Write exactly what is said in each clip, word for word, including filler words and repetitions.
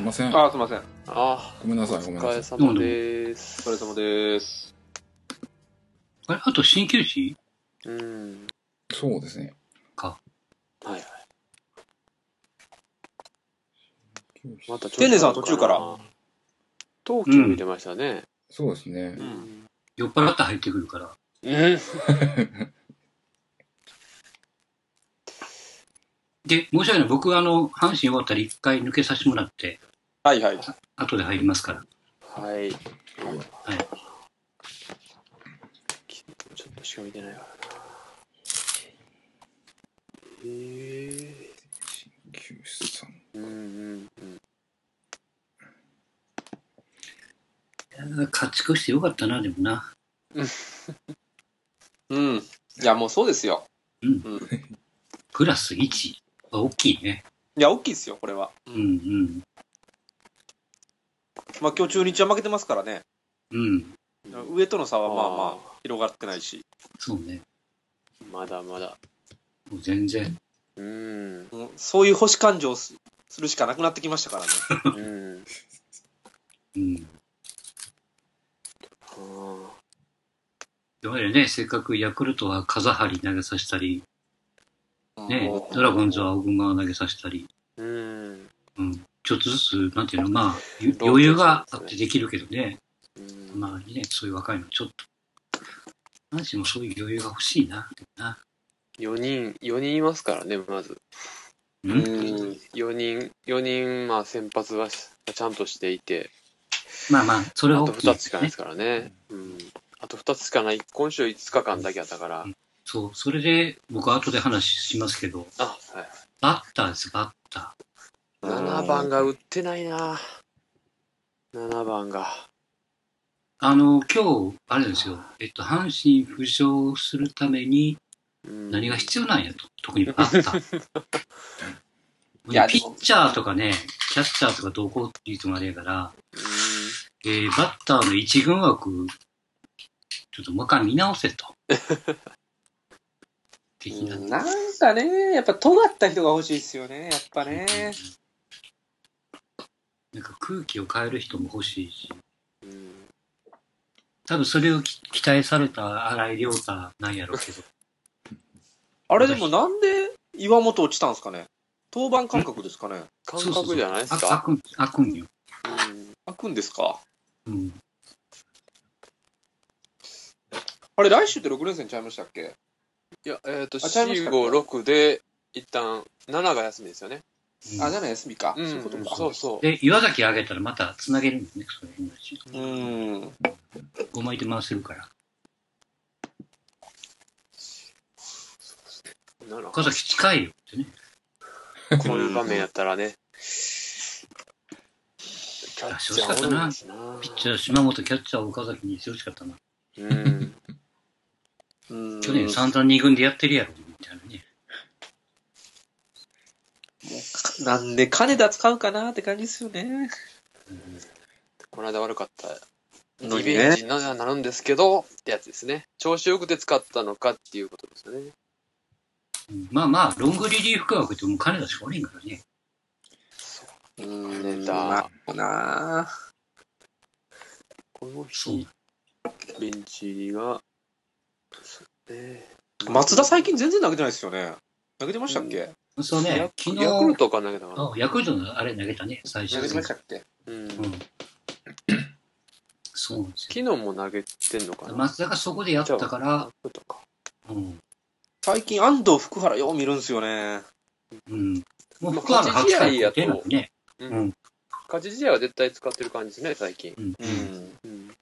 いません。 あー、すいません。 あごめんなさい、ごめんなさい。 お疲れ様でおす。 疲れ様です。 あれ、あと鍼灸師うん。 そうですね。 か。 はいはい。また天然さんは途中から陶器を入れましたね。 そうですね。 うん。 酔っ払って入ってくるから。 うん。 で、申し訳ない。僕、あの、阪神終わったら一回抜けさせてもらって、 はいはい。 後で入りますから。 はい。 はい。 ちょっとしか見てないからな。へえ。 鍼灸師さん。 うんうんうん。 勝ち越してよかったな、でもな。 うん。いや、もうそうですよ。 うん。 うん。 プラスいちは大きいね。 いや、大きいですよ、これは。 うんうん。 まあ今日中日は負けてますからね。 うん。 上との差はまあまあ広がってないし。 そうね。 まだまだ。 もう全然。 うん。 もうそういう星感情をすするしかなくなってきましたからね。 うん。 うん。 あいわゆるね、せっかくヤクルトは風張り投げさせたり、ねう、んドラゴンズは青軍側投げさせたり、 ーうん。 うん。ちょっとずつ、なんていうの、まあ、ゆ余裕があってできるけどね。 うんまあね、そういう若いのちょっと。阪神もそういう余裕が欲しいな。なよにん、よにんいますからね、まず。 ううんん。 よにん、よにん、まあ先発はちゃんとしていて、 まあまあ、それはあと大きいふたつしかないですからね。うん。あとふたつしかない。今週いつかかんだけやったから。 そう、それで、僕は後で話しますけど、 あ、はい。 バッターです、バッタななばんが打ってないな。ななばんが。 ー。あの、今日、あれですよ、えっと、阪神浮上するためにうん何が必要なんやと。特にバッター。 いやピッチャーとかね、キャッチャーとかどうこうっていう人もあれやから、えー、バッターの一軍枠、ちょっともう一回見直せと。的な。 なんかね、やっぱ尖った人が欲しいですよね、やっぱね。 なんか空気を変える人も欲しいし、 うんうん多分それをき期待された荒井亮太なんやろうけど。 あれでもなんで岩本落ちたんですかね。登板感覚ですかね。 感覚じゃないですあ開か。 くん、開くんよ。 うん開くんですか。 うん。 あれ来週ってろくねん生ちゃいましたっけ。 いや、えっと、 あちゃいましたっけよん、ご、ろくで、一旦、ななが休みですよね。 うんあ、じゃあ休みか。 うん、 そういうことか。 そうそう。 で、岩崎上げたらまた繋げるんですね、それ。 うん。 ごまいて回せるから。 なら岡崎近いよってね。 こういう場面やったらね。キャッチャー多いですな。 ピッチャー島本、キャッチャー岡崎にしてほしかったな。 うん。 うん去年散々に軍でやってるやろ、みたいなね。 なんで金田使うかなって感じですよね。 この間悪かった。 のにねリベンジになるんですけど、ってやつですね。調子よくて使ったのかっていうことですよね。 うんまあまあ、ロングリリーフ区枠ってもう金田しかおれんからね。 うん金田まあなこのそう日、ベンチ入りが、そうね松田最近全然投げてないですよね。投げてましたっけ。 そうねヤ、 昨日、 ヤクルトか投げたかな。 あヤクルトのあれ投げたね、最初投げてましたっけ。 うん。 うん。そうなんです昨よ。 日も投げてんのかな。 松田がそこでやったからヤ、クルトか。 うん。 最近安藤福原よう見るんですよね。 うん。もうまあ福原勝ち試合やと出ないね。 ううんん。 勝ち試合は絶対使ってる感じですね、最近。 うん。 ううん。 ん。 うん。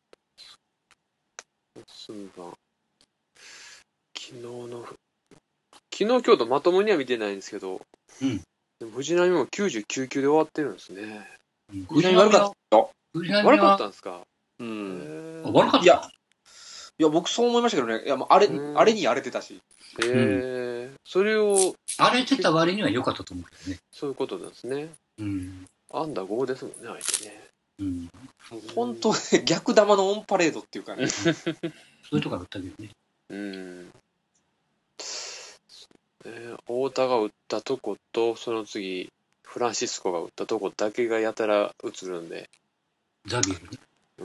そうが、昨日の、昨日、今日とまともには見てないんですけど、 うんでも藤波もきゅうじゅうきゅう球で終わってるんですね。 藤浪悪かったよ。 藤波悪かっはたんですか。 うへん。 ー悪かった。 いやいや、僕そう思いましたけどね。いや、もうあれ、 うんあれに荒れてたし。 へーそれを、 荒れてた割には良かったと思うけどね。 そういうことなんですね。 うん。 アンダーごですもんね、相手ね。 うん。 もう本当ね、逆玉のオンパレードっていうかね。 そういうところあったけどね。 うん。えー太田が打ったとこと、その次、 フランシスコが打ったとこだけがやたら映るんで。 ザビエルね。 うん、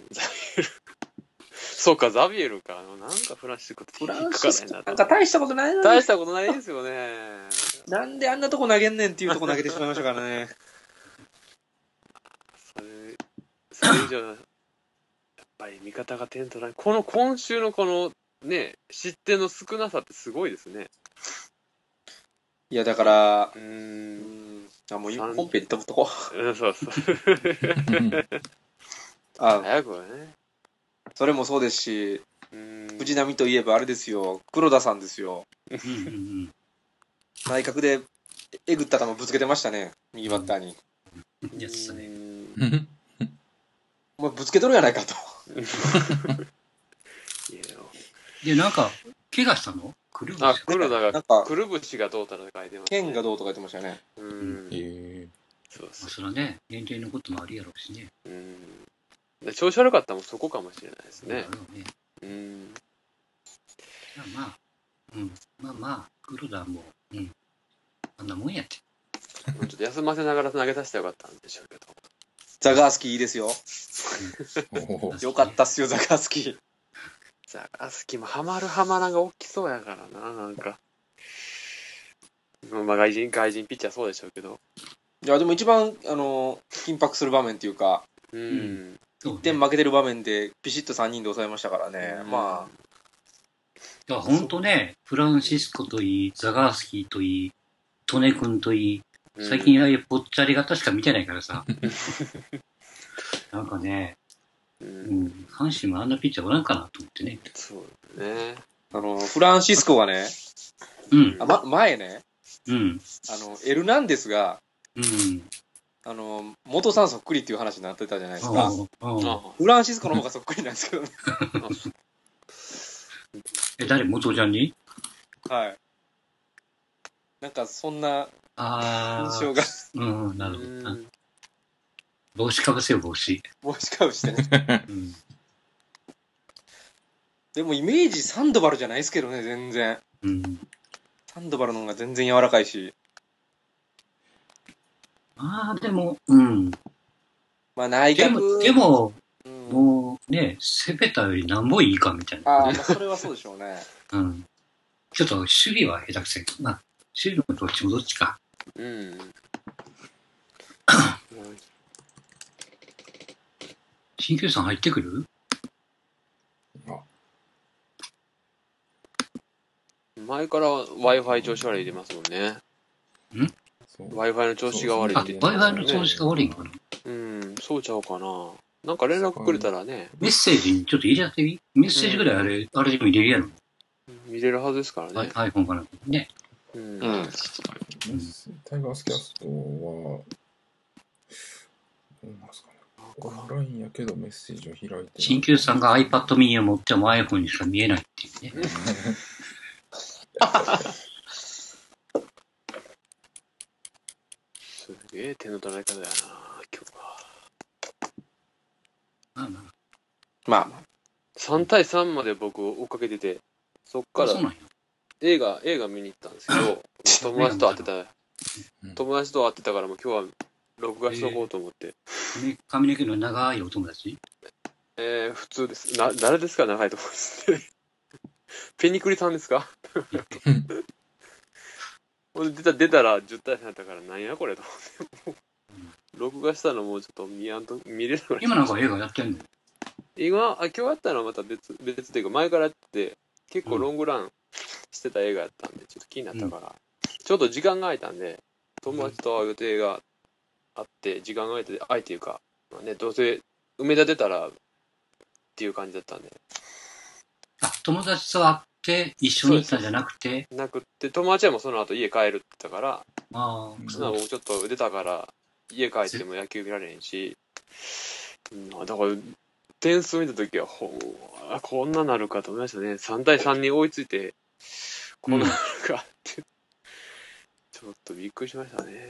ザビエル。そうか、ザビエルか。あのなんかフランシスコってフラン引っかかシスコなんらへんなと。 か大したことないな。 大したことないですよね。 なんであんなとこ投げんねんっていうとこ投げてしまいましたからね。 それ、それ以上、やっぱり味方が点取らない。この今週のこのね、失点の少なさってすごいですね。 いや、だから、 うー。 うんん、あ、もう三本編に飛ぶとこ。 うんそうそう。 あ、 早くはね。 それもそうですし、 うーん。 藤波といえばあれですよ、黒田さんですよ。 うんうん内角でえぐった球ぶつけてましたね、右バッターに。 うん。やつだね。 うーんうんお前ぶつけとるやないかと。 いやで、なんか、怪我したのくるぶしあ、黒田が、 なんか、 くるぶしがどうたらって書いてます、 剣がどうとか言ってましたよね。 うーん。 えそうそまあ、それはね、年齢のこともあるやろうしね。 う。うーん。で調子悪かったのもそこかもしれないですねあ。るよね。 うーん。 まあまあ、うん。まあまあ、黒田も、うん。あんなもんやって。 もうちょっと休ませながら投げさせたらよかったんでしょうけど。 ザガースキーいいですよ。 ー、おーよかったっすよ、ザガースキー。 ザガスキもハマるハマらんが大きそうやからな、なんか。まあ外人、外人ピッチャーそうでしょうけど。 いや、でも一番、あの、緊迫する場面っていうか、 うーん。 そうねいってん負けてる場面でピシッとさんにんで抑えましたからね。 うんまいや、ほんとね、フランシスコといい、ザガースキーといい、トネ君といい、最近ああいうぽっちゃり型しか見てないからさ。なんかね、 う、 うんん、阪神もあんなピッチャーおらんかなと思ってね。 そうね。 あ、あの、フランシスコがね、 うん、 あま、前ね、 うん、 あの、エルナンデスが、 うん。 あの、元さんそっくりっていう話になってたじゃないですか。 うんうんあフランシスコの方がそっくりなんですけどね。 あそうえ、誰元ちゃんにはい。なんか、そんなあ印象が、 ー、うん、なるほどな。 うん帽子かぶせよ、帽子。 帽子かぶしてね。 うん、 でも、イメージサンドバルじゃないですけどね、全然。 うん。 サンドバルの方が全然柔らかいし。 ああ、でも、うん。 まあ、内でも、 角。 でも、 うん、 もうね、攻めたよりなんぼいいかみたいな。 ああ、まあ、それはそうでしょうね。 うん。ちょっと守備は下手くせえ。まあ、守備もどっちもどっちか。 うん。 新球さん入ってくるあ、 前から Wi-Fi 調子悪い出ますもんね。 そう Wi-Fi の調子が悪いあ、 って言ってます Wi-Fi よね。 の調子が悪いんかな。 うん、そうちゃうかな。なんか連絡くれたらね、 メッセージにちょっと入れてみメッセージぐらいあれ、あれでも入れるやろ。 見れるはずですからね。 iPhone かなんかね。 うん。 うん。 メッセタイガースキャストは、どうなんですかね。オンラインやけどメッセージを開いてない。 新球さんが iPad mini を持っても iPhone にしか見えないっていうね。 すげえ手の捉え方やな、今日は。 まあままあまあ。 さん対さんまで僕追っかけてて、そっあ。 からそうなんや。 映画、映画見に行ったんですけど、友達と会ってたう、ん友達と会ってたからもう今日は録画しとこうと思って。 髪髪の毛の長いお友達えー、普通です。な、誰ですか、長いところですね。ペニクリさんですか？俺出た、出たらじゅう対さんだったから、なんやこれと思って。録画したのもうちょっと見やんと、見れるのに。 今なんか映画やってんの今、あ、今日やったのはまた別、別というか前からやってて、結構ロングランしてた映画やったんで、ちょっと気になったから、ちょっと時間が空いたんで、友達と会う予定があって、時間が空いて、空いていうか、まあね、どうせ梅田出たらっていう感じだったんで、 あ、友達と会って一緒に行ったんじゃなくて、 なくって、友達はもうその後家帰るって言ったから、 ああ、 その僕ちょっと出たから、家帰っても野球見られへんし、うん、だから、点数見たときは、ほう、こんななるかと思いましたね。さん対さんに追いついて、こんななるかって、ちょっとびっくりしましたね。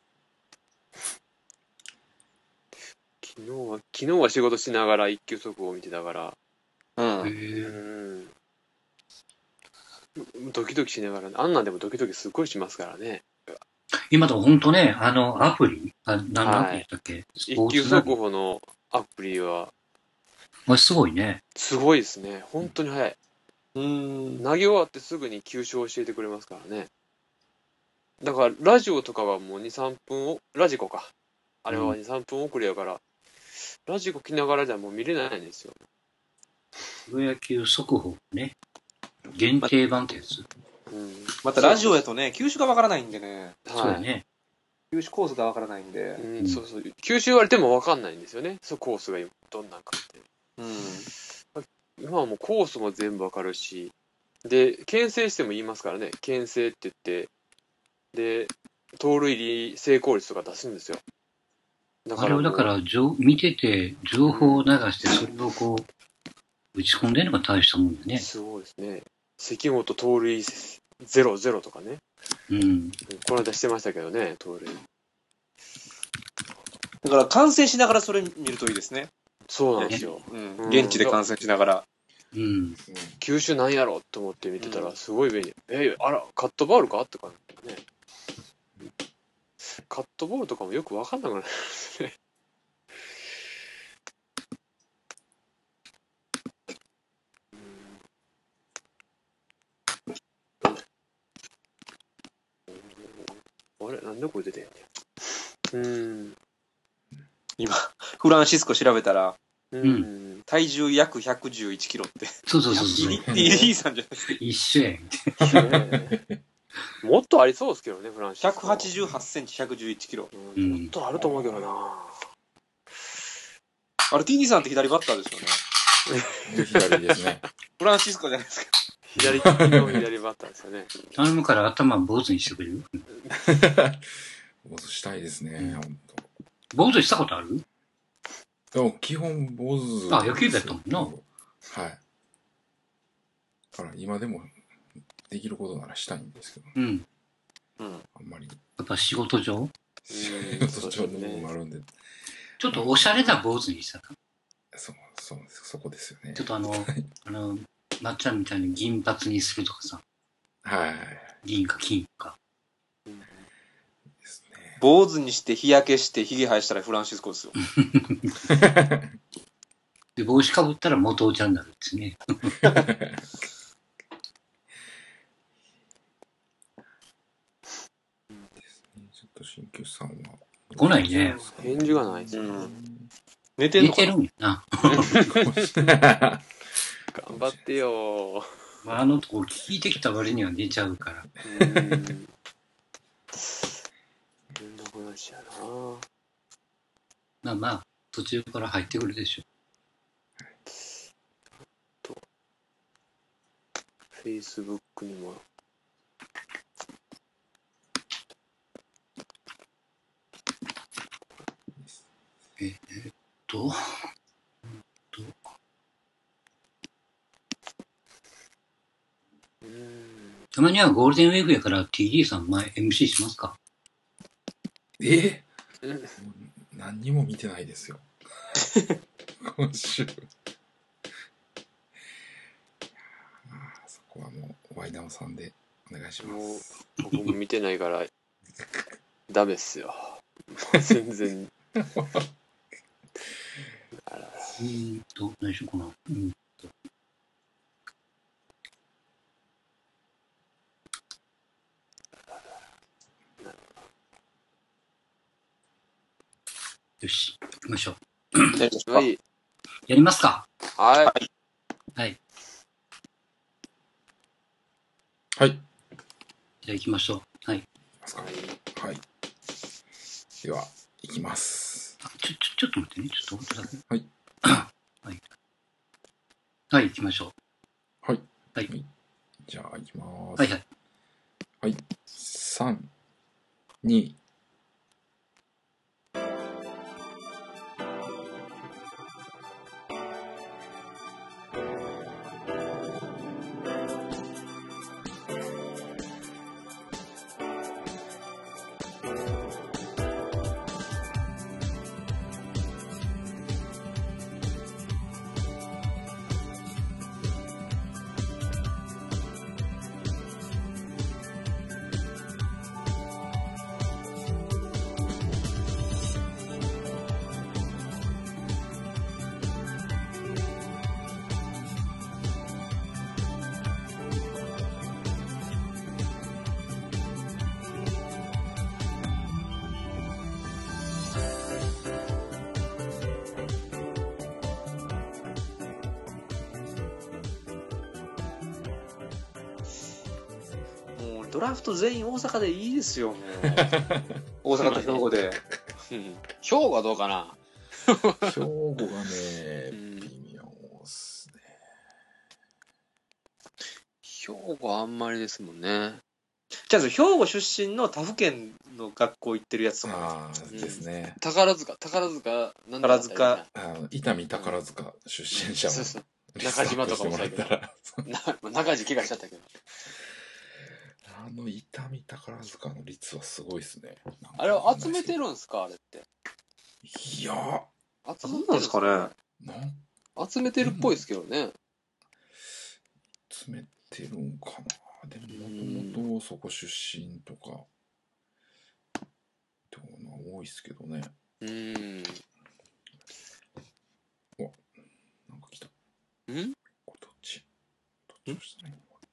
昨日は、昨日は仕事しながら一球速報を見てたから、 うん。 うへえ。 ん、ドキドキしながら、あんなんでもドキドキすっごいしますからね。 今とほんとね、あの、アプリ、あ、何のアプリだったっけ、スポ一級ーツナビ速報のアプリは、 あれすごいね。 すごいですね。本当に早い。 うーん。 投げ終わってすぐに球種を教えてくれますからね。だから、ラジオとかはもうに、さんぷんを、ラジコか。あれはに、さんぷん遅れやから、ラジコ来ながらじゃもう見れないんですよ。 プロ野球速報ね。限定版ってやつ。 うん。 またラジオやとね、球種がわからないんでね。 そうやね。 球種コースがわからないんで。 うん、そうそう。球種言われても分かんないんですよね。そう、コースが今どんなんかって。 うん。 今はもうコースも全部分かるし、で、牽制しても言いますからね。牽制って言って、で、盗塁入り成功率とか出すんですよ。だあれをだから、じょ見てて、情報を流して、それをこう、打ち込んでるのが大したもんだね。 すごいですね。関本盗塁ゼロゼロとかね。 うん。 この間してましたけどね、盗塁。 だから観戦しながらそれ見るといいですね。 そうなんですよ。 うんうん現地で観戦しながら。 うん。 球種なんやろと思って見てたら、すごい便利。え、あら、カットボールかって感じね。カットボールとかもよく分かんなくなるんですね。あれなんでこれ出てんねや。うーん。 今、フランシスコ調べたら、 ううんん。 体重約ひゃくじゅういちキロって。 そうそうそうそうイリ。ッティリーさんじゃないですか。 一緒やん。 もっとありそうですけどね、フランシスコ。 ひゃくはちじゅうはちセンチ、ひゃくじゅういちキロ。 うんもっとあると思うけどな。 あれ、ティーディーさんって左バッターですよね。 左ですね。 フランシスコじゃないですか。 左利きの左バッターですよね。 頼むから頭坊主にしてくれる？ 坊主したいですね、本坊主したことある？ 当。でも基本坊主。 あ野球部やったもんな。 はい。だから今でもできることならしたいんですけど、 うん。 うん。 あんまり。 やっぱ仕事上うんそっちの部分もあるんで、 ちょっとおしゃれな坊主にしたら。 そう、そうです。そこですよね。 ちょっとあの、あの、まっちゃんみたいに銀髪にするとかさ。 はい。 銀か金か。 ですね。 坊主にして日焼けしてヒゲ生やしたらフランシスコですよ。 で、帽子かぶったら元ちゃんになるんですね。 ちょっと新旧さんは。 来ないね。 返事がないですよ。 うん。寝てん寝のかなてるんやな。 頑張ってよまあ、あのとこ聞いてきた割には寝ちゃうから。 ー。うん。そんな話やな。 まあまあ、途中から入ってくるでしょ。 フェイスブックにも。 と、 うん。 たまにはゴールデンウィークやから ティーディー さん前 エムシー しますか？ えうん何にも見てないですよ。今週。あーそこはもう、ワイダンさんでお願いしまもうす。 僕も見てないからダメっすよ。全然。あらうーんと、何しようかな。うんと。よし、行きましょう。 大丈夫ですか？ はい。 やりますか？ はい。 はい。 はい。 じゃあ行きましょう。はい。 ますか。はい。では、いきます。 あちょ、ちょ、ちょっと待ってね。ちょっと待ってください。 はい。 はい。はい、行きましょはい。 はいじゃあ、いきます。 う。はいはい。 はい。さん、に、 ドラフト全員大阪でいいですよ、もう。大阪と兵庫で。 うん兵庫はどうかな。 兵庫がね、 うん微妙っすね。 兵庫はあんまりですもんね。 じゃあ、兵庫出身の他府県の学校行ってるやつとか。 ああ、ですね。 宝塚、宝塚、なんだ宝塚あの伊丹宝塚出身者そうそう。 を中島とかもリストアップしてもらったら、 な中地怪我しちゃったけど。 あの伊丹宝塚の率はすごいですね。なんかあれを集めてるんすかあれって。 いや、 集めてるそうなんですかね。 なん集めてるっぽいですけどね。 詰めてるんかな。でも、もともとそこ出身とか、ってのは多いですけどね。 うーん。 なんか来た。 んこれどっちどっち押したらいいのか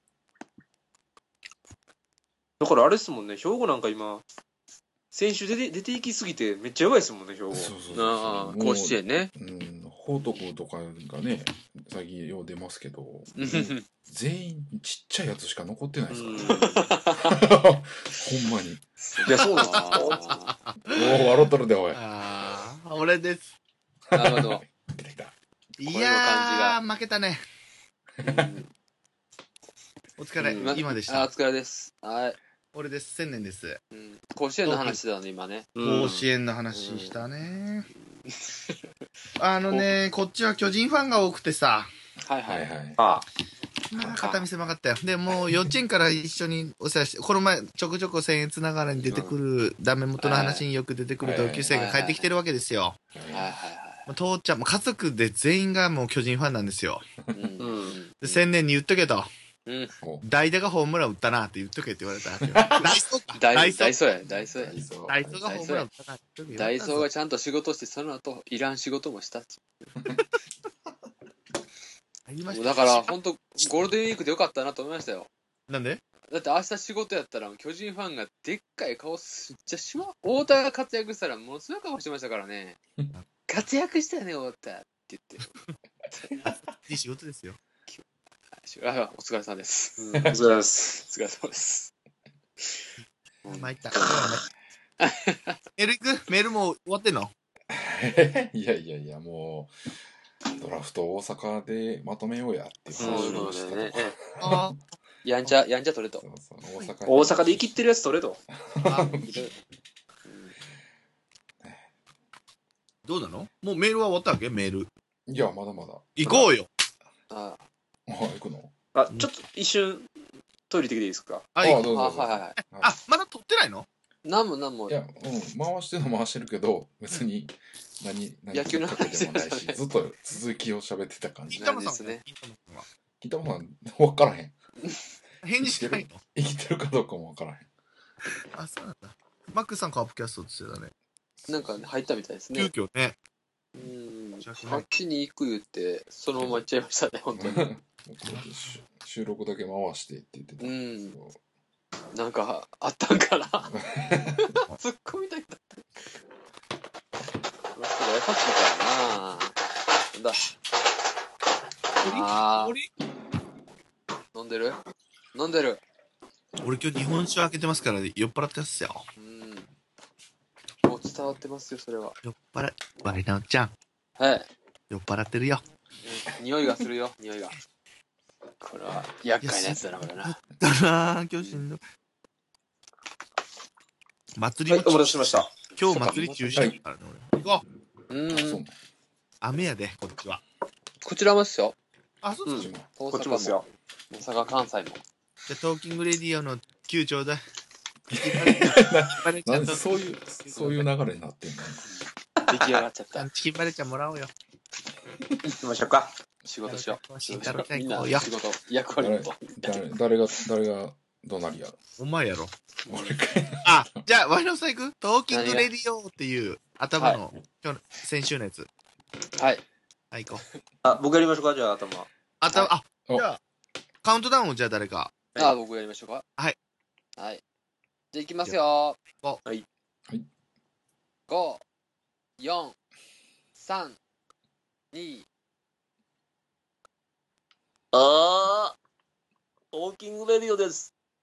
だからあれですもんね、兵庫なんか今、選手出て出て行きすぎてめっちゃやばいですもんね、兵庫。 な。そうそうそうああ、 そう。 甲子園ね。 うん、報徳とかがね、最近よう出ますけど、もう全員ちっちゃいやつしか残ってないですから、ほんまに。 いや、そうです。 あおお、笑っとるで、おい。 ああ、俺です。 ーなるほど。 来た来た。 い声の感やー、負けたね。 うんお疲れ、 うん今でしあ、おた。 疲れです。はい。 俺です、千年です。 うん甲子園の話だね、今ね。 甲子園の話したね。あのね、こっちは巨人ファンが多くてさ、 はいは。 はいいはい。 あまあ、肩身狭かったよ。で、もう幼稚園から一緒にお世話して、この前、ちょくちょく僭越ながらに出てくる、ダメ元の話によく出てくる同級生が帰ってきてるわけですよ。 はいはいはもう父ちゃん、もう家族で全員がもう巨人ファンなんですよ。 い。うんうんで、千年に言っとけと。 うん。 代打がホームラン打ったなって言っとけって言われたわけよ。ダイソーか。 ダイダイソー。 ダイソーや、ダイソーや。 そうダイソーがホームラン打ったなって言っとけダイソーが。 がちゃんと仕事して、その後、いらん仕事もしたっつ言いましただから、本当ゴールデンウィークでよかったなと思いましたよ。 なんでだって明日仕事やったら、巨人ファンがでっかい顔すっちゃしま、太田が活躍したら、ものすごい顔してましたからね。活躍したよね、太田って言って。 いい仕事ですよ。 あ、お疲れ様です。 うん。うん、そうです。 お疲れ様です。 参った。メール行くメールもう終わってんのいやいやいや、もう、ドラフト大阪でまとめようやっていう話をしたとそうだねか。 あやんちゃ、やんちゃ取れとそ。うそう大阪大阪で生きってるやつ取れと。 あ、 ひどいどうなのもうメールは終わったわけメール。 いや、まだまだ。 行こうよ。 ああ、行くのあ、ちょっと一瞬、トイレ行ってきていいですか？ あ、 あ、 行こうどうぞどうぞ。 はいはいはいあ、まだ撮ってないのなんもなんもい、や、うん、回してるの回してるけど、別に何、何野球のきっかけでもないし、 話ですよねずっと続きを喋ってた感じ金。玉さんですね金玉さんは北山さん、分からへん。 返事しないの生きてるかどうかも分からへん。 あ、そうなんだ。マックさんカープキャストって言ってたね。 なんか入ったみたいですね。 急遽ね。 うん。 じゃああっちに行く言って、そのまま行っちゃいましたね、本当に。 し収録だけ回してって言ってた。 うんそうなんか、あったんかな突っ込みたいんだった。この人が優しいからななんだ。あ俺ー、飲んでる飲んでる。 俺今日日本酒開けてますから酔っ払ってますよ。 うん。もう伝わってますよ、それは。 酔っ払い。ワイナオちゃん、 はい。 酔っ払ってるよ。 うん匂いがするよ、匂いが。これは、厄介なやつだな、これな。 だなぁ、巨人の。祭りはい、おも待たせしました。 今日祭り中止だからね、俺。行こう。 う。 あ、そうん雨やで、こっちは。 こちらもですよ。 あ、そうそう。 うんじゃ大こっちもですよ。 大阪、関西も。 あトーキングレディオのきゅうちょうだい。ちゃんとなんでそういう、そういう流れになってんの出来上がっちゃった。 チキンバレちゃんもらおうよ。 行きましょうか。 仕事しよう。 慎太郎ちゃんみん行こうよ。 な仕事、役割誰と。 誰誰が、誰がどなりやるお前やろ。 俺かいあ、じゃあ、ワイナオさん行くトーキングレディオっていう頭の、今日の、先週のやつ。 はい。 はい、行こう。 あ、僕やりましょうか、じゃあ頭。 頭、あ、 おじゃあ、カウントダウンをじゃあ誰か。 ああ、僕やりましょうか。 はい。 はい。じゃあ行きますよ。 ごはい。 はい。 ご、よん、さん、に、 あー、トーキングレディオです。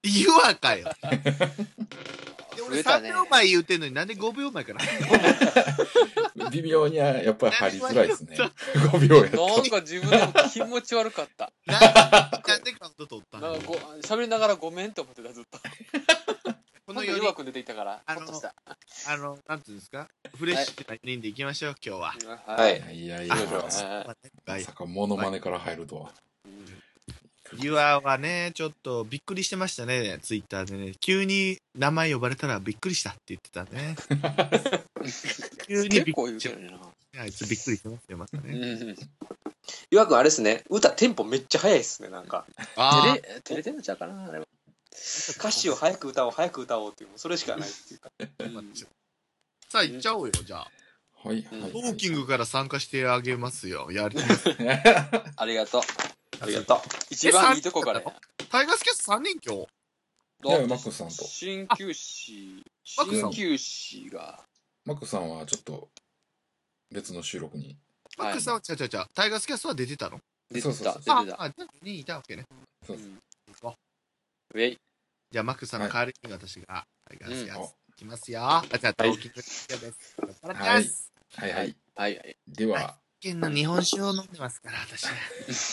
言うわかよ。で俺さん増えたねびょうまえ言うてんのになんでごびょうまえから微妙にはやっぱり入りづらいですね。ごびょうやと。 なんか自分でも気持ち悪かった。 なんなんでカウント取ったのなんかご喋りながらごめんって思ってた、ずっと。 このよにんよりうまく出てきたから、 あのほっとした。 あの、なんていうんですかフレッシュなよにんでいきましょう、今日は。 は。 はいいやいやいや、 あはいまはいさかモノマネから入るとは。 ユアはね、ちょっとびっくりしてましたね、ツイッターでね。急に名前呼ばれたらびっくりしたって言ってたね。急にび結構っくりして言うけどねな。 あいつびっくりしてますよ、またうね。 ん。 岩くんあれですね、歌テンポめっちゃ速いっすね、なんか。 あ照れ、照れてんのちゃうかな、あれは。歌詞を早く歌おう、早く歌おうっていう、それしかないっていうか。 さあ、行っちゃおうよ、じゃあ。 はい、 うんはい。 トーキングから参加してあげますよ。やります。 ありがとう。ありがとう。 一番いいとこからや。 タイガースキャストさんにん今日。 いやマックスさんと鍼灸師、 マックスさん鍼灸師が、 マックさんはちょっと別の収録に。 マックスさんは、ちゃちゃちゃ、タイガースキャストは出てたの出てた、 そうそうそう出てた。 あ、あ、にいたわけね。 そううんあウェイ。 じゃあ、マックスさんの代わりに私が、タイガースキャうんストいきますよ。あ、じゃあ、トーキングです。お願いしはいます。 はいはい。 はいはい。 では、 県の日本酒を飲んでますから、私は。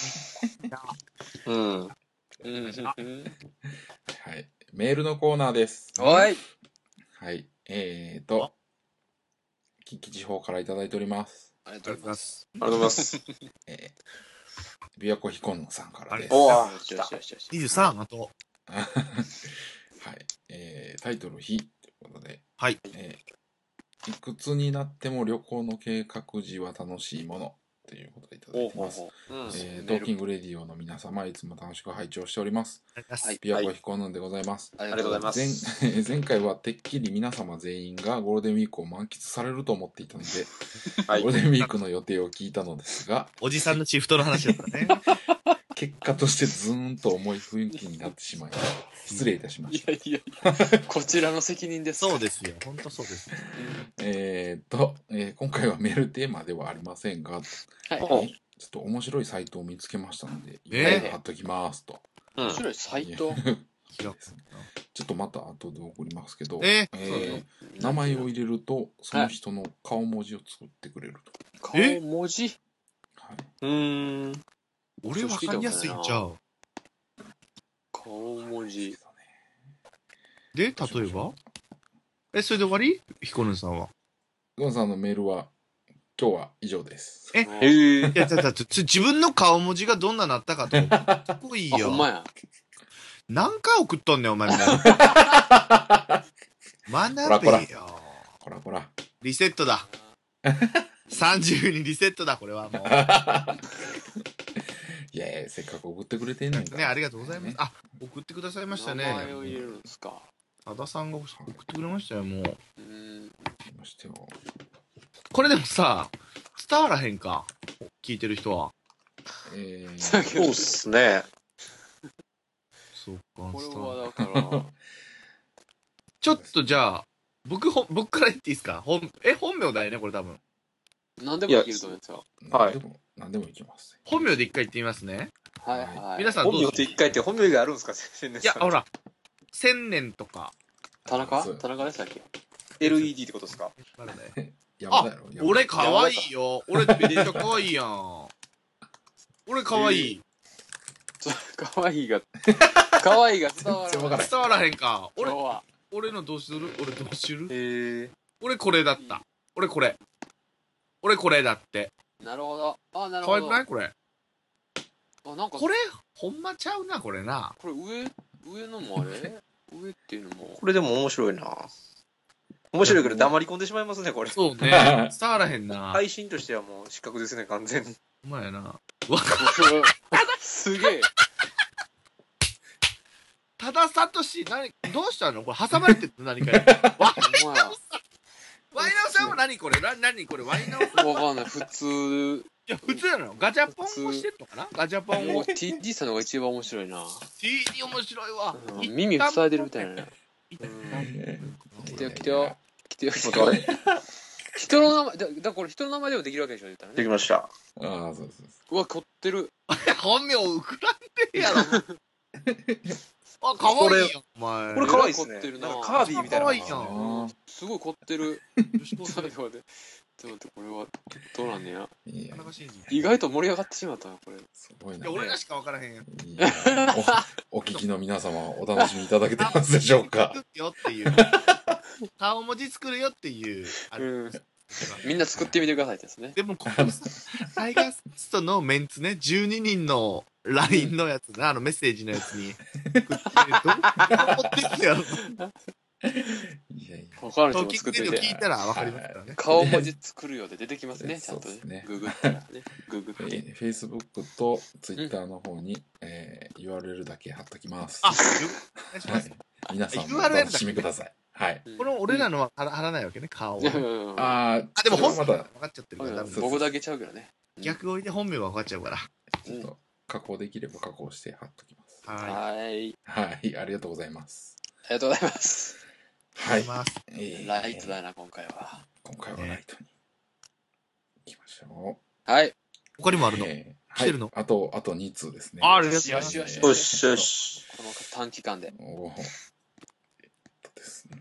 うん。 うんうんはい。メールのコーナーです。 おい。 はい。えーと、近畿地方からいただいております。 ありがありがとうございまとうございます。 す。 ありがとうございます。 えー、琵琶湖彦野さんからです。 あれはよしよしよしよし。 にじゅうさん、あと。 い。えー、タイトル、日ということで、 はい。 えー、いくつになっても旅行の計画時は楽しいものということでいただいてます。 うん。 えー、トーキングレディオの皆様、いつも楽しく拝聴しております。 ありがとうござはいい琵琶湖彦野でございます。 ありがとうございます前前回はてっきり皆様全員がゴールデンウィークを満喫されると思っていたので、 はいゴールデンウィークの予定を聞いたのですが、 おじさんのシフトの話だったね。 結果としてズーンと重い雰囲気になってしまい、失礼いたしました。 いやいやいや、こちらの責任です。 そうですよ。ほんとそうです。 えーっと、えー今回はメールテーマではありませんが、 はい。 おちょっと面白いサイトを見つけましたので、 え貼っときますと。 うん面。白いサイト。 ちょっとまた後で送りますけど、 えーえー名前を入れると、その人の顔文字を作ってくれると。 顔文字。 はい、 うーん。 俺わかりやすいんちゃう。 顔文字。 で、例えばえ、それで終わり彦根さんは。 ゴンさんのメールは今日は以上です。 ええー。 いや、だだって、つ自分の顔文字がどんななったかと。かっこいいあ、 よ。 ほんまや。 何回送っとんねん、お前みたいな。学べよ。 こらこら。 リセットだ。さんじゅうにリセットだ、これはもう。 いやいや、せっかく送ってくれてんねんから。 ね、ありがとうございます。あ、送ってくださいました名ね。 前を入れるんですか。 多田さんが送ってくれましたよ、もう。 うん。 ましてよ。 これでもさ、伝わらへんか。聞いてる人は。 えー、 そうっすね。 そうか、 これ伝わらはだから、 ちょっとじゃあ、僕、ほ、僕から言っていいですか本、え、本名だよね、これ多分。 何でもできると思うんですよ。 はい何でも、何でもいきます。 本名で一回言ってみますね。 はいはい。 皆さんどうぞ本名って一回って本名があるんですか千年いや、 さんほら、千年とか。 田中そう田中でしたっけ。 エルイーディー ってことですか山田やろ山田俺可愛いよ。俺めっちゃ可愛いやん。俺可愛い。 ちょ可愛いが、可愛いが伝わらない。 全然わからん伝わらへんか。俺、 今日は。 俺のどうする俺どうするへえ。 俺これだった。俺これ。俺これだって。 なるほど。あ、なる可愛ほど。 くないこれ。 あ、なんか、 これ、ほんまちゃうな、これな。 これ上、上のもあれ上っていうのも。 これでも面白いな。面白いけど黙り込んでしまいますね、これ。 そうね。伝わらへんな。 配信としてはもう失格ですね、完全に。 ほんまやな。わすげえ。 たださとし、何、どうしたのこれ挟まれてるの何かに。わ、 ほんまや。 ワイナオさんは何これな、何これワイナオさん。 わかんない。普通。 いや、普通なのガチャポンをしてんのかなガチャポンを。 もう ティーディー さんの方が一番面白いな。 ティーディー 面白いわ。 うん耳塞いでるみたいなね。来てよ来てよ。来てよ来てよ。人の名前、だだからこれ人の名前でもできるわけでしょ言ったらね。 できました。 ああ、そうそううわ、凝ってる。 本名を膨らんでるやろ。 あ、かわいいよ、お前。 これ可愛いっすね。 凝ってるななんかカービィみたいな。 可愛いやん。 あすごい凝ってる。 女子高ちょっと生。 待って、ちょっと待って、これはどうなんねや。 ーいや田中真司。 意外と盛り上がってしまったな、これ。 すごいな。 いや、俺らしか分からへんやん。 いやおお聞きの皆様お楽しみいただけてますでしょうか。 作るよっていう。顔文字作るよっていう。あれうん。みんな作ってみてくださいですね。 でも、このさタイガーストのメンツね、じゅうににんの ライン のやつな、あのメッセージのやつに。どう思ってんやろ。 いやいや。 他の人トーキングレディオも作ってみて。 聞いたら分かりますからね。 顔文字作るようで出てきますね、ちゃんとねそうですね。 ググったらね。ググって。 えー、Facebook と Twitter の方に、えー、ユーアールエル だけ貼っときます。 あ、お願いしますはい。皆さんもユーアールエルお楽しみください。はい。 この俺らのは貼らないわけね、顔を。 あ、 あー、 あ、でも本名それはま分かっちゃってるからダメそう僕だけちゃうけどね。 逆追いで本名が分かっちゃうから。 た、ちょっと加工できれば加工して貼っときます。 ははい。 はい。ありがとうございます。 ありがとうございます。 はいい。ます。 えーライトだな、今回は。 今回はライトに行きましょはい。 他にもあう。 るの。 えー来てるのはい、あと、あとに通ですね。 あありがとうございよますしよしよしよし。 この短期間で。 おーえっとですね。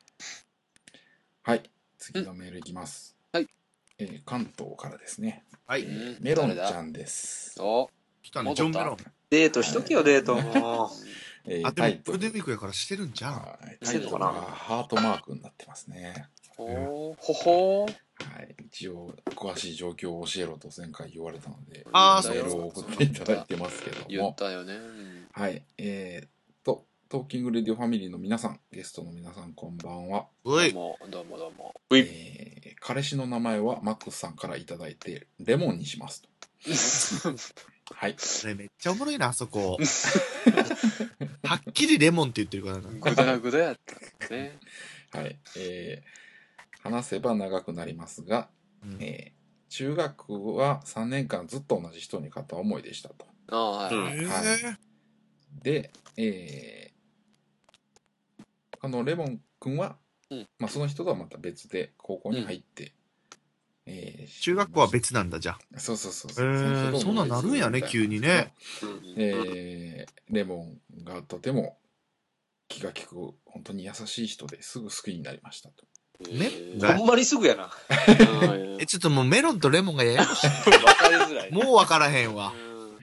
はい。次のメールいきます。 はい。 えー関東からですね。 はい。 うんメロンち誰だゃんです。 お来たね、 戻ったジョンメロン。 デートしとけよ、デートも。 えーあ、でも、 タイトルゴールデンウィークやからしてるんじゃん。 はいしてんのかなタイトルがハートマークになってますね。 おーほほー。 はい。一応、詳しい状況を教えろと前回言われたので、 あーメールを送っていただいてますけど言もっ。たよね。うんはい。えーっと、トーキングレディオファミリーの皆さん、ゲストの皆さん、こんばんは。 おい。 どうも、どうもどうも。 ういえー彼氏の名前はマックスさんからいただいて、レモンにしますと。はい。 これめっちゃおもろいな、あそこ。はっきりレモンって言ってるからな。 ぐだぐだやったね。 はい。えー話せば長くなりますが、 うんえー中学はさんねんかんずっと同じ人に片思いでしたと。 ああ、はい。 うんえはいーで、えーあのレモン君は、 うんまあ、その人とはまた別で高校に入って、えー中学校は別なんだ、じゃあ。 そうそうそうえそう、 ー、そんなんなるんやね、急にね。 うんえーレモンがとても気が利く本当に優しい人ですぐ好きになりましたと。 ねえーほんまにすぐやな。 うんえ、ちょっともうメロンとレモンがややこしい。 わかりづらい。 もうわからへんわ。 うん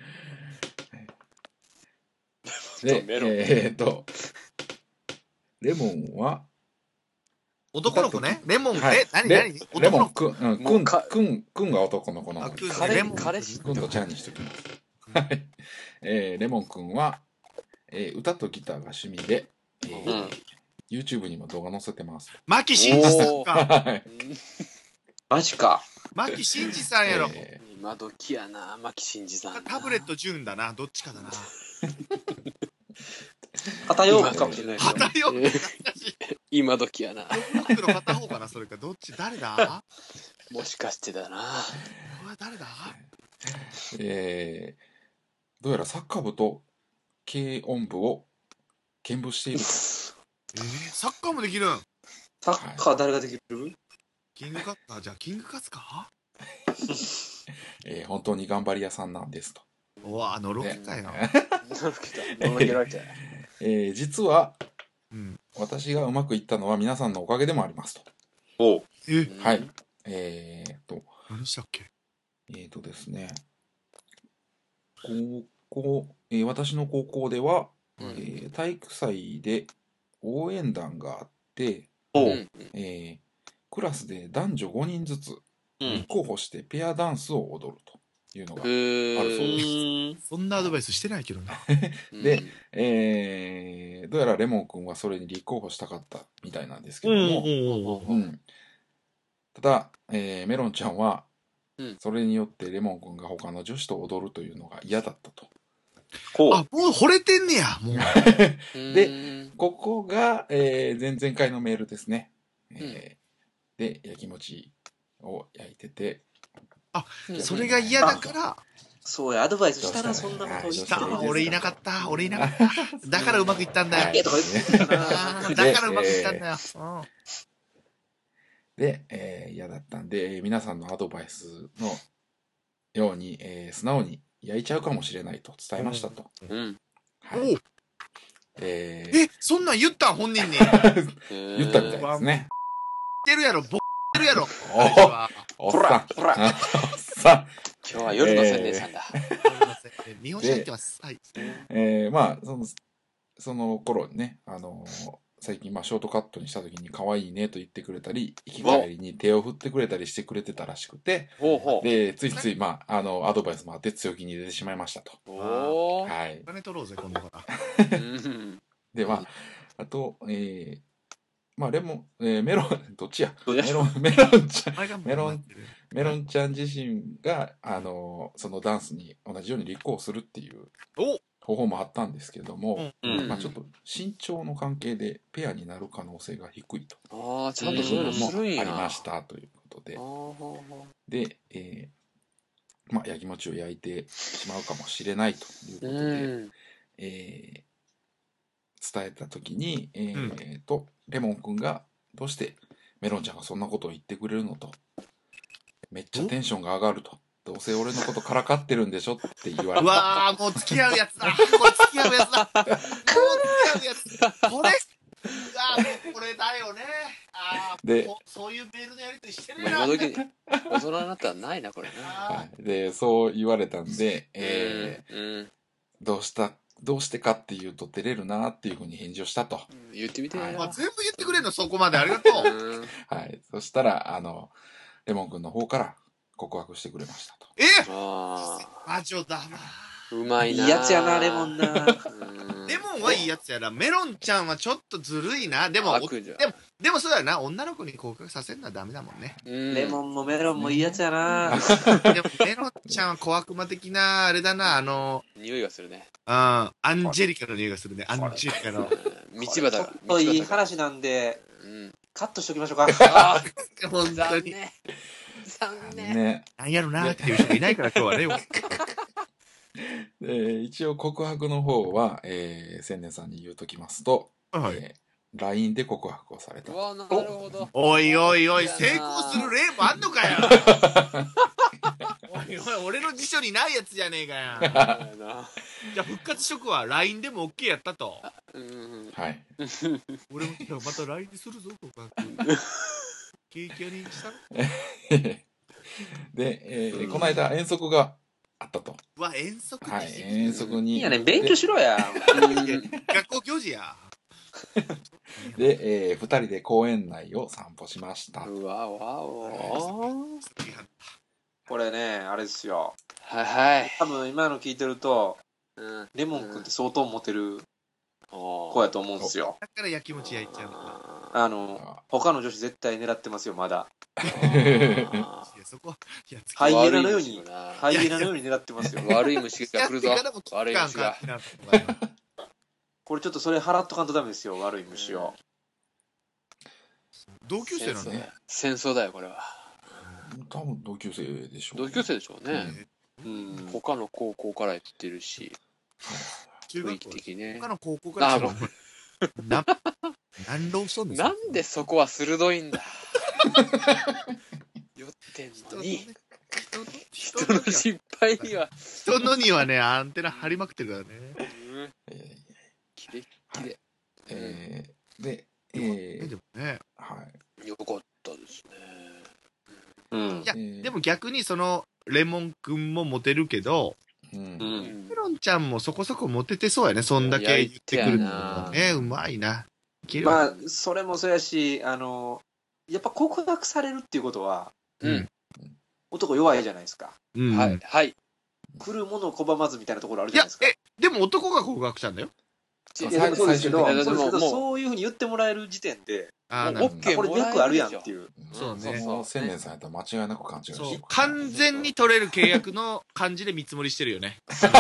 でメロンえーっとレモンは男の子ね。レモン、 はいえ、なになにレレモン男の子。 くん、うん、くん、 もうかくん、くんが男の子のあくんね彼レモン彼氏くんとちゃんにしときます。はい。えーレモンくんは、えー歌とギターが趣味で、えーうん YouTube にも動画載せてます。 牧真司さんか。 はい。 うんマジか。 牧真司さんやろ。 え今時やな、牧真司さん。 タブレット純だな。どっちかだな。 片用かもしれないですよ。 片よ。 えー今時やな。 僕の片方かな、それか。どっち、誰だもしかしてだな。 うわ、誰だーえーどうやらサッカー部と軽音部を兼部していると。 えー、サッカーもできるんサッカー誰ができる？ キングカツかじゃあキングカツかえー本当に頑張り屋さんなんですと。 うわ、のろけかよ。 なるほど。のろけられて。 えー実はうん。 私がうまくいったのは皆さんのおかげでもありますと。 おう。 え、 はい。えーっと、 何したっけえーっとですね、高校、えー私の高校では、 うんえー体育祭で応援団があって、 おう。 うんえークラスで男女ごにんずつうん立候補してペアダンスを踊るというのが、 へーあるそうですーん。 そんなアドバイスしてないけどな。 でえーどうやらレモン君はそれに立候補したかったみたいなんですけども、うんただ、えーメロンちゃんはうんそれによってレモン君が他の女子と踊るというのが嫌だったと。 こあ、もう惚れてんねや。もう。 でここが、えー前々回のメールですね。えーで焼き餅を焼いてて、 それが嫌だから、 う。そうや、アドバイスしたら、 どうしたらそんなことを言っしたたら。 俺いなかった。俺いなかった。だからうまくいったんだよ。 はいえとか言ってたな。 あーだからうまくいったんだよ。うんで、えー嫌だったんで、えー皆さんのアドバイスのように、えー素直に焼いちゃうかもしれないと伝えましたと。 うん。 はい。 えー、 え、そんなん言ったん本人に。 言言ったみたいですね。 ってるやろ、ぼってるやろ。 お私はおっさん。 ほらほらおっさん。 今日は夜の千年さんだ。 日本酒入ってます。はい。 えー、まあ、その、その頃にね、あのー最近、まあ、ショートカットにした時に可愛いねと言ってくれたり、生き返りに手を振ってくれたりしてくれてたらしくて、 ほうほう。 で、ついつい、まあ、あの、アドバイスもあって強気に出てしまいましたと。 おー。 はいお。金取ろうぜ、今度から。 うんで、まあ、あと、えー、まあ、レモン、えーメロン、どっちやどっちメロン、メロンちゃん、 前がメロン待ってるメロンちゃん自身が、あのーそのダンスに同じように立候補するっていうお方法もあったんですけども、 うんまあ、ちょっと身長の関係でペアになる可能性が低いとああ、ちゃんとそういうのもするんや。 ありましたということであ、ーで、えーまあ、焼き餅を焼いてしまうかもしれないということうで、 ん。 えー伝えた時に、えーうんとレモン君がどうしてメロンちゃんがそんなことを言ってくれるのと、めっちゃテンションが上がると、どうせ俺のことからかってるんでしょって言われうて、 わー、もう付き合うやつだ。これ付き合うやつだ。もう付き合うやつ。これうわー、もうこれだよね。あー、 でもうそういうメールのやりとりしてるまあな。 今時、大人になったらないな、これな。 あはいでそう言われたんで、えうん。うんーどうしたどうしてかっていうと照れるなっていうふうに返事をしたと、 言ってみてよ。 ーまあ全部言ってくれんの、そこまで。ありがとう。 うんはい、そしたらあのレモン君の方から告白してくれましたと。 えあ魔女だな。 ーうまいな。 いいやつやな、レモンな。 うんレモンはいいやつやな。メロンちゃんはちょっとずるいな。でも、お悪女でも、でもそうやな。女の子に告白させるのはダメだもんね。 うんレモンもメロンもいいやつやな。 でも、メロンちゃんは小悪魔的な、あれだな。あの、 匂いがするね。 うん、アンジェリカの匂いがするね。アンジェリカの。 うん道端が。 ちょっといい話なんで、 うん。 カットしときましょうか。 あ本当ー残に。 念。残念。 ねなんやろなっていう人がいないから今日はね。 で一応告白の方は、えー、千年さんに言うときますと、 はい。 えー、ライン で告白をされたう。わ、なるほど。 おいおいおい、成功する例もあんのかよ。おいおい、俺の辞書にないやつじゃねえかよ。 そうやなじゃあ復活色は ライン でも OK やったと。 うん。 はい。 俺もまた ライン にするぞ、告白。ケーキ屋にしたので、えーこの間遠足があったと。 うわ、遠足ってはい、 時期遠足に。 いいやね、勉強しろや。 学校行事や。 で、えー、二人で公園内を散歩しました。 うわ、わお。 これね、あれですよ。 はいはい。 多分今の聞いてると、 うん。 レモン君って相当モテるこ子やと思うんですよ。 だから焼き餅焼いちゃうのか。 あの、他の女子絶対狙ってますよ、まだ。 いや、そこ、いや、次ハイエナのように悪い虫だなハイエナのように狙ってますよ。 悪い虫が来るぞやってからも。 悪い虫が。 期間かかってなこれちょっとそれ払っとかんとダメですよ、悪い虫を。 同級生なのね。 戦争だよ戦争だよ、これは。 多分同級生でしょう、 同級生でしょうね。 うん。 他の高校から行ってるし、雰囲気中学校。 的ね他。の高校からあ来たのな、何浪しとんですかなんでそこは鋭いんだ。酔ってんのに、 人人の失敗には、 人のにはね、アンテナ張りまくってるからね。 うんえキレッキレ。 ーえーで、ええ、 ーでもね。 はい。 よかったですね。 うんい。やえーでも逆にその、レモンくんもモテるけど、 うんうん。 メロンちゃんもそこそこモテてそうやね。そんだけ言ってくるのもね。うまいな。いけるまあ、それもそうやし、あの、やっぱ告白されるっていうことは、 うん。 男弱いじゃないですか。 うん。 はい。はい。 来るものを拒まずみたいなところあるじゃないです、か。 いやえ、でも男が告白したんだよ。 いやでもそうですけど、 最終的にそうですけどもうそういうふうに言ってもらえる時点で、 ああ、 もうなるほど OK これ脈あるやんっていう。 そうねもう千年さんやったら間違いなく勘違いしてそうる。 完全に取れる契約の感じで見積もりしてるよね。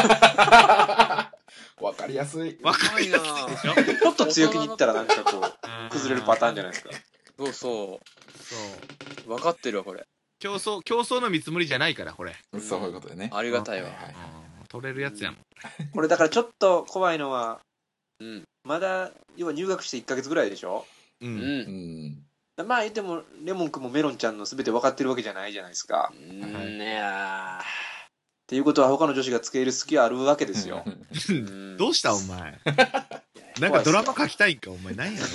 わかりやすい。 わかりやすいでしょ。 ちょっと強気に言ったらなんかこう、崩れるパターンじゃないですか。 そうそそう。 う。分かってるわ、これ。 競争、競争の見積もりじゃないから、これ。 そういうことでね。 ありがたいわは。はい取れるやつやもん。 これだからちょっと怖いのは、 うん。 まだ、要は入学していっかげつぐらいでしょ。 う。 うん。 うんん。 まあ言っても、レモン君もメロンちゃんの全て分かってるわけじゃないじゃないですか。っうん。ねやていうことは他の女子がつけ入る隙はあるわけですよ。 ー。 どうしたお前。 いやいなんかドラマ書きたいんか、お前。何やろ。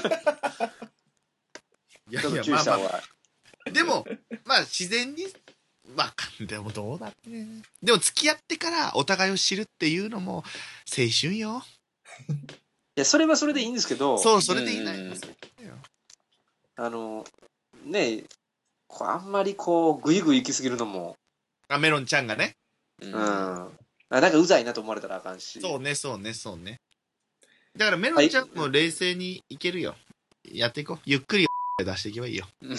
いやちょっといや、まあま注意した方があ。でも、まあ自然に、わかんでもどうだってね。でも付き合ってからお互いを知るっていうのも青春よ。 いや、それはそれでいいんですけど、 そう、それでいいな。 うんあの、ねえ、こうあんまりこう、ぐいぐい行き過ぎるのも、 あ、メロンちゃんがね。 ううんん。あなんかうざいなと思われたらあかんし。 そうね、そうね、そうね。だからメロンちゃんも冷静にいけるよ。やっていこう。ゆっくり出していけばいいよ。 うんうん。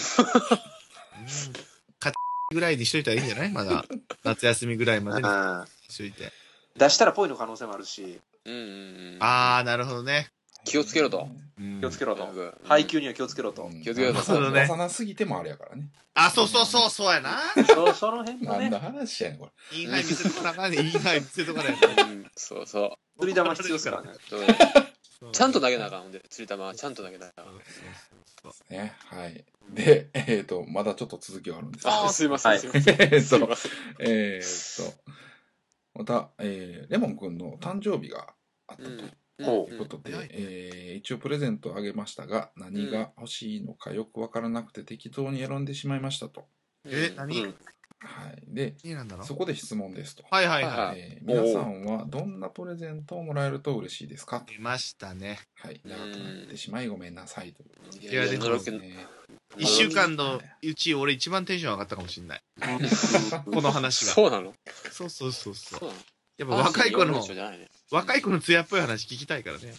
かぐらいにしといたらいいんじゃないまだ。夏休みぐらいまでにうんしといて。 出したらぽいの可能性もあるし、 うんうんうん。 あー、なるほどね。 気をつけろと。 うん気をつけろと。 うん配給には気をつけろと。 うん気をつけてください出さなすぎてもあれやからね。 あ、そうそうそう、そうやな。 そその辺もね何の、話やねん、こインハイ見せとかなあかんね。インハイ見せとかないうんそうそう。 釣り玉必要ですからね。 そうねと。 ちゃんと投げなあかんほんで、釣り玉はちゃんと投げなあかん。 れ。ね。はい。で、えっと、まだちょっと続きはあるんですけど。 あ、すいません、 はいすいません。 えっとすいません。 えーっと、また、えーレモン君の誕生日があったとうんほいうことで、 うんえー一応プレゼントをあげましたが、何が欲しいのかよくわからなくて適当に選んでしまいましたと。 え、 う何ん。 はい。で、 いいなんだろそこで質問ですと。 はいはいははいはいえー皆さんはどんなプレゼントをもらえると嬉しいですかと。 い。いましたね。 はい。長くなってしまいごめんなさいということで。 いやいや、 でものろけね一週間のうち俺一番テンション上がったかもしれない。この話が。 そうなのそうそうそうそう。 そうなのやっぱ若い子の、 じゃないね。 若い子の艶っぽい話聞きたいからね。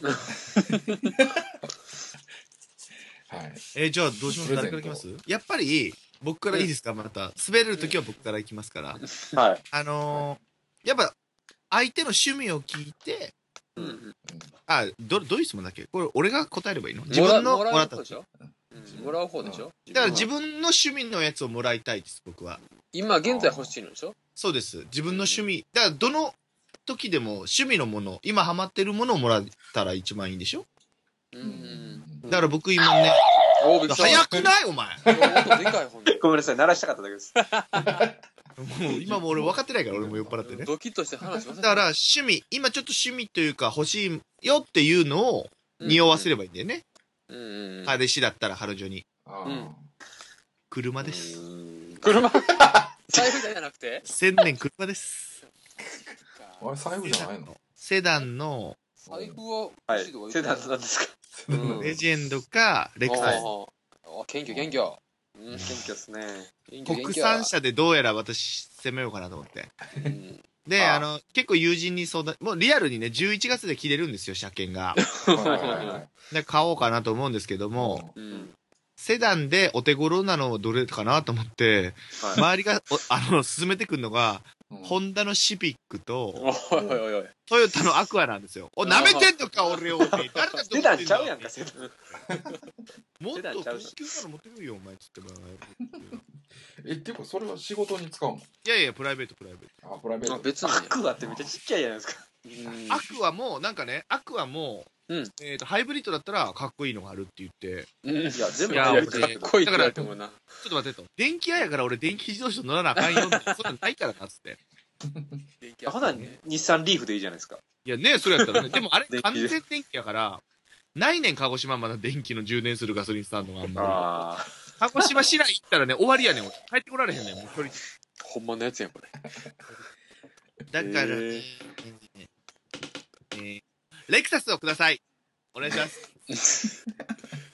はい。 えーじゃあどうしますプレゼント誰からいきますやっぱり、僕からいいですかまた。滑れるときは僕からいきますから。 はい。 あのー、やっぱ、相手の趣味を聞いて、 うんうん。 あ、ど、どういう質問だっけこれ俺が答えればいいの自もら分のももららった。だう方でしょうんもらう方でしょから自分の趣味のやつをもらいたいです、僕は。 今現在欲しいのでしょそうです。自分の趣味。だからどの時でも趣味のもの、今ハマってるものをもらったら一番いいんでしょうんうん。 だから僕今ね、 おー、びっくりした。 早くないお前。 もっとでかい本で。 ごめんなさい、鳴らしたかっただけです。 もう今もう俺分かってないから俺も酔っ払ってね。 ドキッとして話しませんだから趣味、今ちょっと趣味というか欲しいよっていうのを匂わせればいいんだよね。 うんうんうん。 彼氏だったら彼女に。 あーうん車です。 車財布じゃなくて千年車です。 あれ、財布じゃないのセダンの財布ははい欲しいとか。 セダンなんですか。 うんレジェンドかレクサス。 ああ、謙虚謙虚。うん謙虚ですね。 謙虚国産車でどうやら私攻めようかなと思って。 うんで、 ああの、結構友人に相談、もうリアルにね、じゅういちがつで切れるんですよ、車検が。 はいはいはいはい。 で、買おうかなと思うんですけども、 うんセダンでお手頃なのどれかなと思って、 はい。 周りが、おあの、進めてくるのが、 うんホンダのシビックと、 おいおいおいおい。 トヨタのアクアなんですよ。お、舐めてんのか、俺を。誰だと思ってんセダンちゃうやんか、 セセダン。 もっと高セダンちゃうし級なの持ってくるよ、お前、つってば。 え、っていうか、それは仕事に使うのいやいや、プライベート、プライベーあ、プライベーあ、 ト。 別に。 アクアってめっちゃちっちゃいじゃないですか。 うんト。アクアも、なんかね、アクアも、 うんえっと、ハイブリッドだったらかっこいいのがあるって言って、 うんいや、全部いやハイブリッドだけどかっこいいって言われてもな。 ちょっと待ってと。電気屋やから俺電気自動車乗らなあかんよって。そんなんないからな、つって。 ほな、日産リーフでいいじゃないですか。 いやね、それやったらね。でもあれ、 電気完全電気やから、ないねん、鹿児島まだ電気の充電するガソリンスタンドがあんまああ。 り。鹿児島市内行ったらね、終わりやねん。俺帰ってこられへんねん、もう距離。 ほんまのやつやん、これ。 だからね、 へえーレクサスをください。お願いします。